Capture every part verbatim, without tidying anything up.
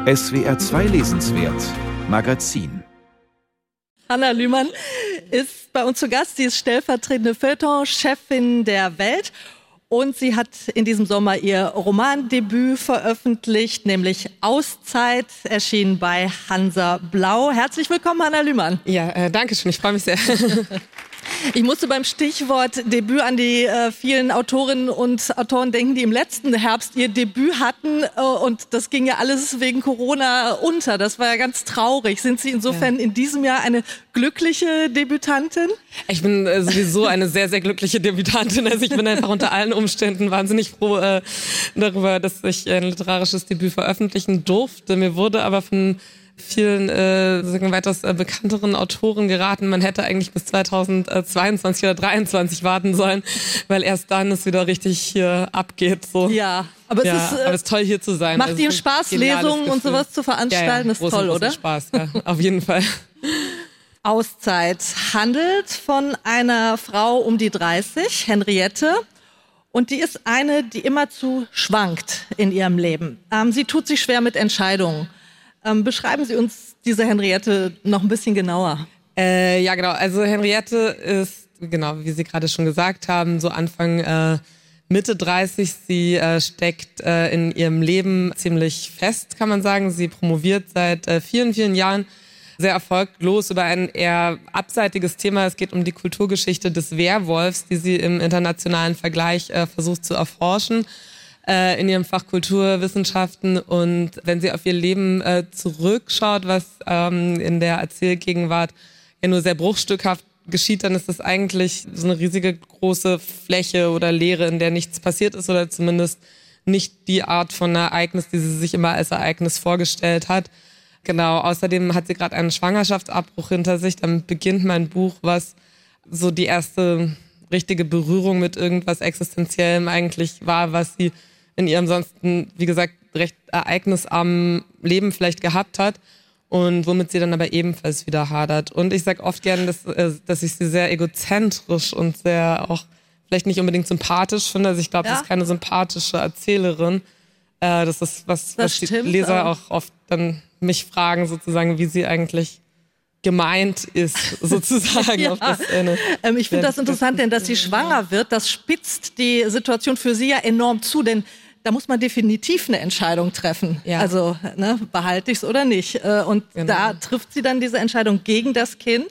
S W R zwei Lesenswert Magazin. Hanna Lühmann ist bei uns zu Gast. Sie ist stellvertretende Feuilleton-Chefin der Welt. Und sie hat in diesem Sommer ihr Romandebüt veröffentlicht, nämlich Auszeit, erschienen bei Hansa Blau. Herzlich willkommen, Hanna Lühmann. Ja, äh, danke schön, ich freue mich sehr. Ich musste beim Stichwort Debüt an die äh, vielen Autorinnen und Autoren denken, die im letzten Herbst ihr Debüt hatten. Äh, und das ging ja alles wegen Corona unter. Das war ja ganz traurig. Sind Sie insofern ja. in diesem Jahr eine glückliche Debütantin? Ich bin äh, sowieso eine sehr, sehr glückliche Debütantin. Also ich bin einfach unter allen Umständen wahnsinnig froh äh, darüber, dass ich ein literarisches Debüt veröffentlichen durfte. Mir wurde aber von vielen äh, sagen weitaus äh, bekannteren Autoren geraten, man hätte eigentlich bis zweitausendzweiundzwanzig oder dreiundzwanzig warten sollen, weil erst dann es wieder richtig hier abgeht. So. Ja, aber, ja, es ist, äh, aber es ist toll hier zu sein. Macht also Ihnen Spaß, Lesungen und sowas zu veranstalten? Ja, ja, ist großen, toll, großen oder? Spaß, ja, auf jeden Fall. Auszeit handelt von einer Frau um die dreißig, Henriette. Und die ist eine, die immerzu schwankt in ihrem Leben. Ähm, sie tut sich schwer mit Entscheidungen. Ähm, beschreiben Sie uns diese Henriette noch ein bisschen genauer. Äh, ja, genau. Also Henriette ist, genau, wie Sie gerade schon gesagt haben, so Anfang äh, Mitte dreißig. Sie äh, steckt äh, in ihrem Leben ziemlich fest, kann man sagen. Sie promoviert seit äh, vielen, vielen Jahren sehr erfolglos über ein eher abseitiges Thema. Es geht um die Kulturgeschichte des Werwolfs, die sie im internationalen Vergleich äh, versucht zu erforschen in ihrem Fach Kulturwissenschaften. Und wenn sie auf ihr Leben äh, zurückschaut, was ähm, in der Erzählgegenwart ja nur sehr bruchstückhaft geschieht, dann ist das eigentlich so eine riesige große Fläche oder Leere, in der nichts passiert ist oder zumindest nicht die Art von Ereignis, die sie sich immer als Ereignis vorgestellt hat. Genau, außerdem hat sie gerade einen Schwangerschaftsabbruch hinter sich. Dann beginnt mein Buch, was so die erste richtige Berührung mit irgendwas Existenziellem eigentlich war, was sie in ihrem sonst, wie gesagt, recht ereignisarmen Leben vielleicht gehabt hat und womit sie dann aber ebenfalls wieder hadert. Und ich sage oft gerne, dass, dass ich sie sehr egozentrisch und sehr auch vielleicht nicht unbedingt sympathisch finde. Also ich glaube, ja. sie ist keine sympathische Erzählerin. Das ist was, das was die stimmt, Leser auch oft dann mich fragen, sozusagen, wie sie eigentlich gemeint ist, sozusagen. ja. auf das, äh, ähm, ich finde das interessant, denn dass sie schwanger wird, das spitzt die Situation für sie ja enorm zu, denn da muss man definitiv eine Entscheidung treffen. Ja. Also ne, behalte ich es oder nicht. Und genau. da trifft sie dann diese Entscheidung gegen das Kind,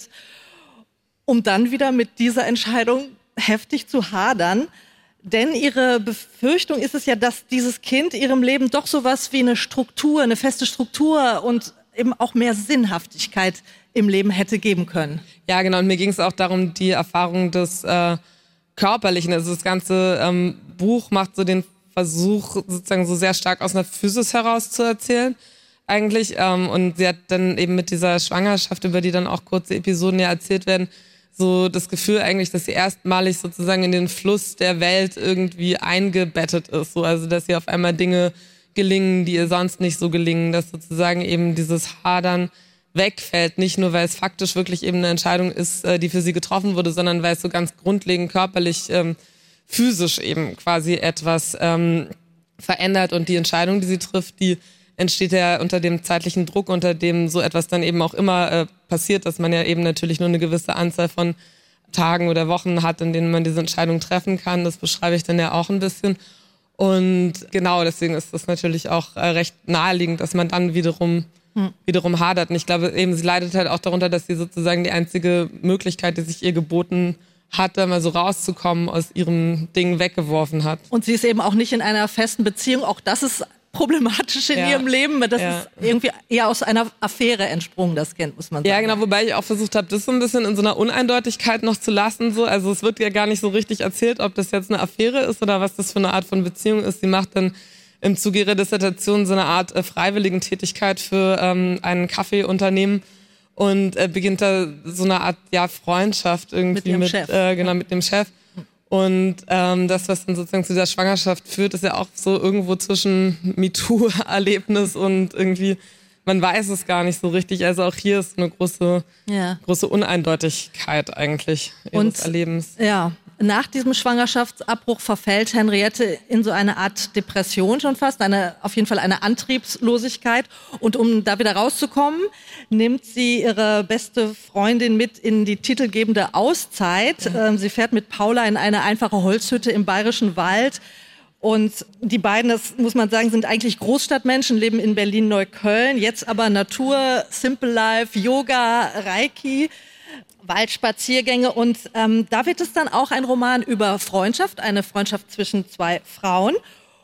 um dann wieder mit dieser Entscheidung heftig zu hadern. Denn ihre Befürchtung ist es ja, dass dieses Kind ihrem Leben doch sowas wie eine Struktur, eine feste Struktur und eben auch mehr Sinnhaftigkeit im Leben hätte geben können. Ja, genau. Und mir ging es auch darum, die Erfahrung des äh, Körperlichen. Also das ganze ähm, Buch macht so den Versuch, sozusagen so sehr stark aus einer Physis heraus zu erzählen, eigentlich. Ähm, und sie hat dann eben mit dieser Schwangerschaft, über die dann auch kurze Episoden ja erzählt werden, so das Gefühl eigentlich, dass sie erstmalig sozusagen in den Fluss der Welt irgendwie eingebettet ist. So, also dass ihr auf einmal Dinge gelingen, die ihr sonst nicht so gelingen, dass sozusagen eben dieses Hadern wegfällt, nicht nur, weil es faktisch wirklich eben eine Entscheidung ist, die für sie getroffen wurde, sondern weil es so ganz grundlegend körperlich, ähm, physisch eben quasi etwas ähm, verändert und die Entscheidung, die sie trifft, die entsteht ja unter dem zeitlichen Druck, unter dem so etwas dann eben auch immer äh, passiert, dass man ja eben natürlich nur eine gewisse Anzahl von Tagen oder Wochen hat, in denen man diese Entscheidung treffen kann. Das beschreibe ich dann ja auch ein bisschen. Und genau, deswegen ist das natürlich auch äh, recht naheliegend, dass man dann wiederum hm. wiederum hadert. Und ich glaube eben, sie leidet halt auch darunter, dass sie sozusagen die einzige Möglichkeit, die sich ihr geboten hat, da mal so rauszukommen, aus ihrem Ding weggeworfen hat. Und sie ist eben auch nicht in einer festen Beziehung. Auch das ist problematisch in ja. ihrem Leben. Das ja. ist irgendwie eher aus einer Affäre entsprungen, das Kind, muss man sagen. Ja, genau, wobei ich auch versucht habe, das so ein bisschen in so einer Uneindeutigkeit noch zu lassen. So. Also es wird ja gar nicht so richtig erzählt, ob das jetzt eine Affäre ist oder was das für eine Art von Beziehung ist. Sie macht dann im Zuge ihrer Dissertation so eine Art äh, freiwilligen Tätigkeit für ähm, ein Kaffeeunternehmen und äh, beginnt da so eine Art ja, Freundschaft irgendwie mit, mit, Chef. Äh, genau, mit dem Chef. Und ähm, das, was dann sozusagen zu dieser Schwangerschaft führt, ist ja auch so irgendwo zwischen MeToo-Erlebnis und irgendwie, man weiß es gar nicht so richtig. Also auch hier ist eine große, ja. große Uneindeutigkeit eigentlich ihres und, Erlebens. Ja, Nach diesem Schwangerschaftsabbruch verfällt Henriette in so eine Art Depression schon fast, eine, auf jeden Fall eine Antriebslosigkeit. Und um da wieder rauszukommen, nimmt sie ihre beste Freundin mit in die titelgebende Auszeit. Mhm. Sie fährt mit Paula in eine einfache Holzhütte im Bayerischen Wald. Und die beiden, das muss man sagen, sind eigentlich Großstadtmenschen, leben in Berlin-Neukölln. Jetzt aber Natur, Simple Life, Yoga, Reiki, Waldspaziergänge. Und ähm, da wird es dann auch ein Roman über Freundschaft, eine Freundschaft zwischen zwei Frauen.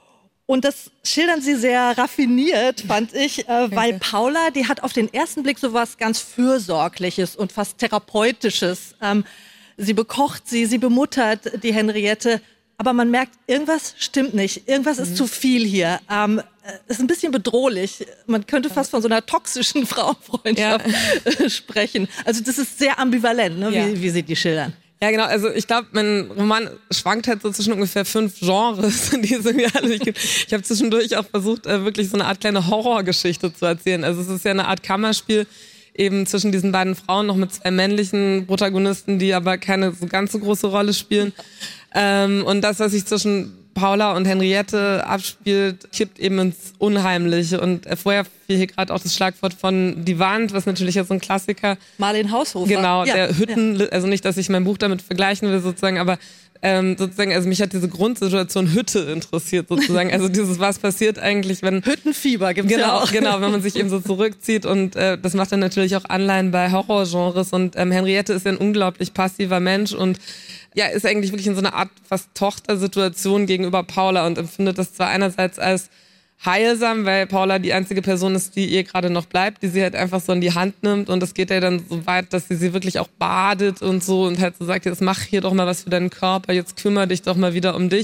Und das schildern sie sehr raffiniert, fand ich, äh, weil Paula, die hat auf den ersten Blick so was ganz Fürsorgliches und fast Therapeutisches. Ähm, sie bekocht sie, sie bemuttert die Henriette. Aber man merkt, irgendwas stimmt nicht. Irgendwas ist mhm. zu viel hier. Ähm, ist ein bisschen bedrohlich. Man könnte fast von so einer toxischen Frauenfreundschaft ja. sprechen. Also das ist sehr ambivalent, ne, ja. wie, wie Sie die schildern. Ja, genau. Also ich glaube, mein Roman schwankt halt so zwischen ungefähr fünf Genres, die es irgendwie alle nicht gibt. Ich habe zwischendurch auch versucht, wirklich so eine Art kleine Horrorgeschichte zu erzählen. Also es ist ja eine Art Kammerspiel, eben zwischen diesen beiden Frauen, noch mit zwei männlichen Protagonisten, die aber keine so ganz so große Rolle spielen. Ähm, und das, was sich zwischen Paula und Henriette abspielt, kippt eben ins Unheimliche. Und äh, vorher fiel hier gerade auch das Schlagwort von Die Wand, was natürlich jetzt so ein Klassiker. Marlene Haushofer. Genau, ja. der Hütten, ja. also nicht, dass ich mein Buch damit vergleichen will sozusagen, aber ähm, sozusagen, also mich hat diese Grundsituation Hütte interessiert sozusagen. Also dieses, was passiert eigentlich, wenn... Hüttenfieber gibt's genau, ja auch. Genau, wenn man sich eben so zurückzieht und äh, das macht dann natürlich auch Anleihen bei Horrorgenres und ähm, Henriette ist ja ein unglaublich passiver Mensch und ja, ist eigentlich wirklich in so einer Art fast Tochtersituation gegenüber Paula und empfindet das zwar einerseits als heilsam, weil Paula die einzige Person ist, die ihr gerade noch bleibt, die sie halt einfach so in die Hand nimmt und das geht ja dann so weit, dass sie sie wirklich auch badet und so und halt so sagt, jetzt mach hier doch mal was für deinen Körper, jetzt kümmere dich doch mal wieder um dich.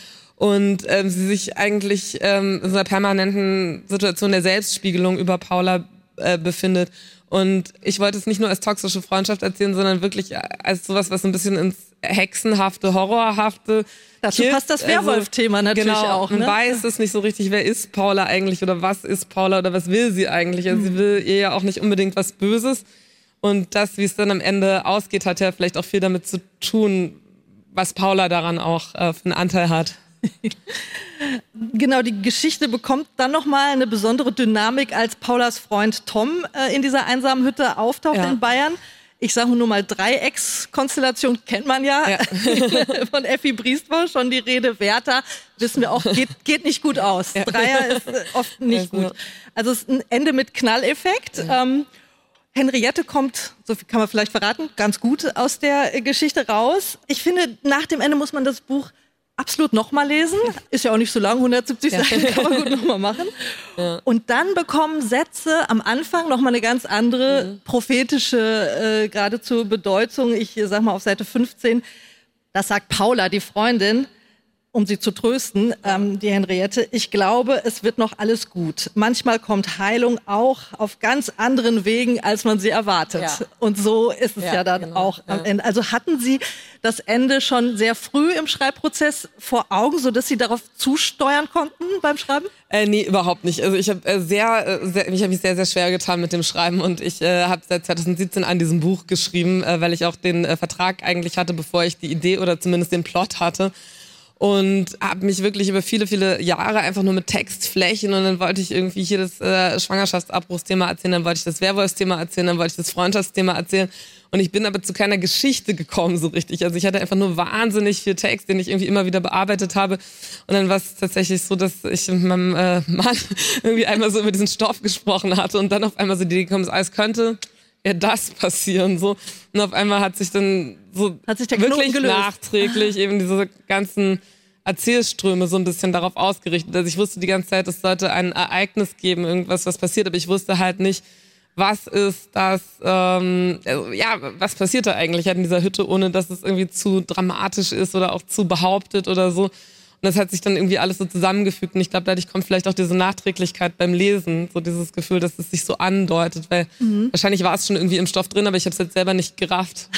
Und ähm, sie sich eigentlich ähm, in so einer permanenten Situation der Selbstspiegelung über Paula äh, befindet. Und ich wollte es nicht nur als toxische Freundschaft erzählen, sondern wirklich als sowas, was so ein bisschen ins Hexenhafte, Horrorhafte Dazu kippt. passt das Werwolf-Thema natürlich genau, auch. Ne? Man weiß es nicht so richtig, wer ist Paula eigentlich oder was ist Paula oder was will sie eigentlich. Also mhm. sie will ihr ja auch nicht unbedingt was Böses. Und das, wie es dann am Ende ausgeht, hat ja vielleicht auch viel damit zu tun, was Paula daran auch äh, für einen Anteil hat. Genau, die Geschichte bekommt dann nochmal eine besondere Dynamik, als Paulas Freund Tom äh, in dieser einsamen Hütte auftaucht ja. in Bayern. Ich sage nur mal, Dreieckskonstellation kennt man ja, ja. von Effi Briest war schon die Rede. Werther, wissen wir auch, geht, geht nicht gut aus. Ja. Dreier ist oft nicht gut. Also es ist ein Ende mit Knalleffekt. Ja. Ähm, Henriette kommt, so viel kann man vielleicht verraten, ganz gut aus der Geschichte raus. Ich finde, nach dem Ende muss man das Buch absolut nochmal lesen. Ist ja auch nicht so lang, hundertsiebzig ja. Seiten kann man gut nochmal machen. Ja. Und dann bekommen Sätze am Anfang nochmal eine ganz andere mhm. prophetische äh, geradezu Bedeutung. Ich sag mal auf Seite fünfzehn, das sagt Paula, die Freundin, um sie zu trösten, ähm, die Henriette. Ich glaube, es wird noch alles gut. Manchmal kommt Heilung auch auf ganz anderen Wegen, als man sie erwartet. Ja. Und so ist es ja, ja dann genau. auch am ja. Ende. Also hatten Sie das Ende schon sehr früh im Schreibprozess vor Augen, sodass Sie darauf zusteuern konnten beim Schreiben? Äh, nee, überhaupt nicht. Also ich habe äh, sehr, äh, sehr, ich habe mich sehr, sehr schwer getan mit dem Schreiben und ich äh, habe seit zwanzig siebzehn an diesem Buch geschrieben, äh, weil ich auch den äh, Vertrag eigentlich hatte, bevor ich die Idee oder zumindest den Plot hatte. Und habe mich wirklich über viele, viele Jahre einfach nur mit Textflächen und dann wollte ich irgendwie hier das äh, Schwangerschaftsabbruchsthema erzählen, dann wollte ich das Werwolfsthema erzählen, dann wollte ich das Freundschaftsthema erzählen und ich bin aber zu keiner Geschichte gekommen so richtig. Also ich hatte einfach nur wahnsinnig viel Text, den ich irgendwie immer wieder bearbeitet habe und dann war es tatsächlich so, dass ich mit meinem äh, Mann irgendwie einmal so über diesen Stoff gesprochen hatte und dann auf einmal so die Idee gekommen ist, alles könnte ja das passieren so und auf einmal hat sich dann so hat sich der wirklich gelöst. nachträglich eben diese ganzen Erzählströme so ein bisschen darauf ausgerichtet. Also ich wusste die ganze Zeit, es sollte ein Ereignis geben, irgendwas, was passiert, aber ich wusste halt nicht, was ist das, ähm, also, ja, was passiert da eigentlich halt in dieser Hütte, ohne dass es irgendwie zu dramatisch ist oder auch zu behauptet oder so. Und das hat sich dann irgendwie alles so zusammengefügt. Und ich glaube, dadurch kommt vielleicht auch diese Nachträglichkeit beim Lesen, so dieses Gefühl, dass es sich so andeutet. Weil mhm. wahrscheinlich war es schon irgendwie im Stoff drin, aber ich habe es jetzt selber nicht gerafft.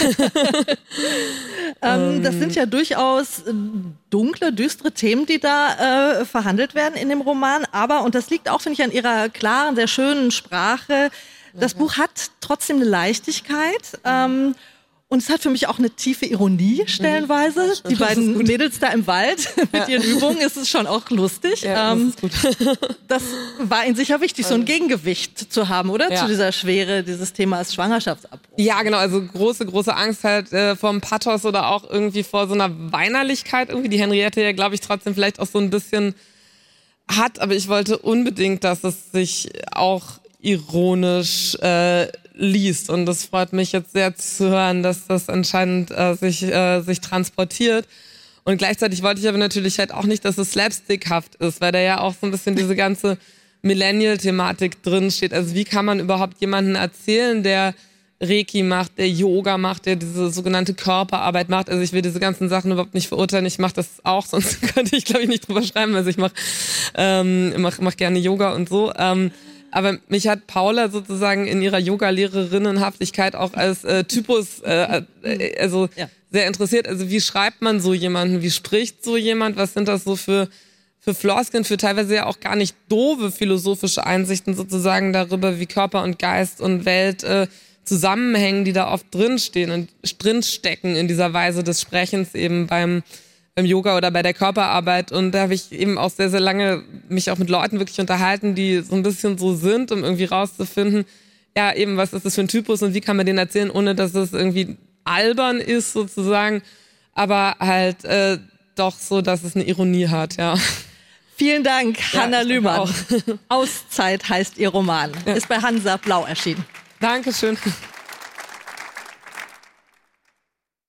ähm, das sind ja durchaus dunkle, düstere Themen, die da äh, verhandelt werden in dem Roman. Aber, und das liegt auch, finde ich, an ihrer klaren, sehr schönen Sprache, das ja. Buch hat trotzdem eine Leichtigkeit. Ähm, Und es hat für mich auch eine tiefe Ironie stellenweise. Mhm. Die beiden Mädels da im Wald mit ja. ihren Übungen, ist es schon auch lustig. Ja, ähm, das, ist gut. Das war Ihnen sicher wichtig, so ein Gegengewicht zu haben, oder? Ja. Zu dieser Schwere dieses Themas Schwangerschaftsabbruch. Ja, genau. Also große, große Angst halt äh, vom Pathos oder auch irgendwie vor so einer Weinerlichkeit irgendwie, die Henriette ja, glaube ich, trotzdem vielleicht auch so ein bisschen hat. Aber ich wollte unbedingt, dass es sich auch ironisch äh, liest, und das freut mich jetzt sehr zu hören, dass das anscheinend äh, sich äh, sich transportiert. Und gleichzeitig wollte ich aber natürlich halt auch nicht, dass es slapstickhaft ist, weil da ja auch so ein bisschen diese ganze Millennial-Thematik drin steht. Also wie kann man überhaupt jemanden erzählen, der Reiki macht, der Yoga macht, der diese sogenannte Körperarbeit macht. Also ich will diese ganzen Sachen überhaupt nicht verurteilen. Ich mache das auch, sonst könnte ich, glaube ich, nicht drüber schreiben. Also ich mache ähm, mach, mach gerne Yoga und so. Ähm, Aber mich hat Paula sozusagen in ihrer Yoga-Lehrerinnenhaftigkeit auch als äh, Typus äh, äh, also ja. sehr interessiert. Also wie schreibt man so jemanden? Wie spricht so jemand? Was sind das so für für Floskeln, für teilweise ja auch gar nicht doofe philosophische Einsichten sozusagen darüber, wie Körper und Geist und Welt äh, zusammenhängen, die da oft drinstehen und drinstecken in dieser Weise des Sprechens eben beim beim Yoga oder bei der Körperarbeit. Und da habe ich eben auch sehr, sehr lange mich auch mit Leuten wirklich unterhalten, die so ein bisschen so sind, um irgendwie rauszufinden, ja eben, was ist das für ein Typus und wie kann man den erzählen, ohne dass es irgendwie albern ist sozusagen, aber halt äh, doch so, dass es eine Ironie hat, ja. Vielen Dank, ja, Hanna Lühmann. Auszeit heißt Ihr Roman. Ja. Ist bei Hansa Blau erschienen. Dankeschön.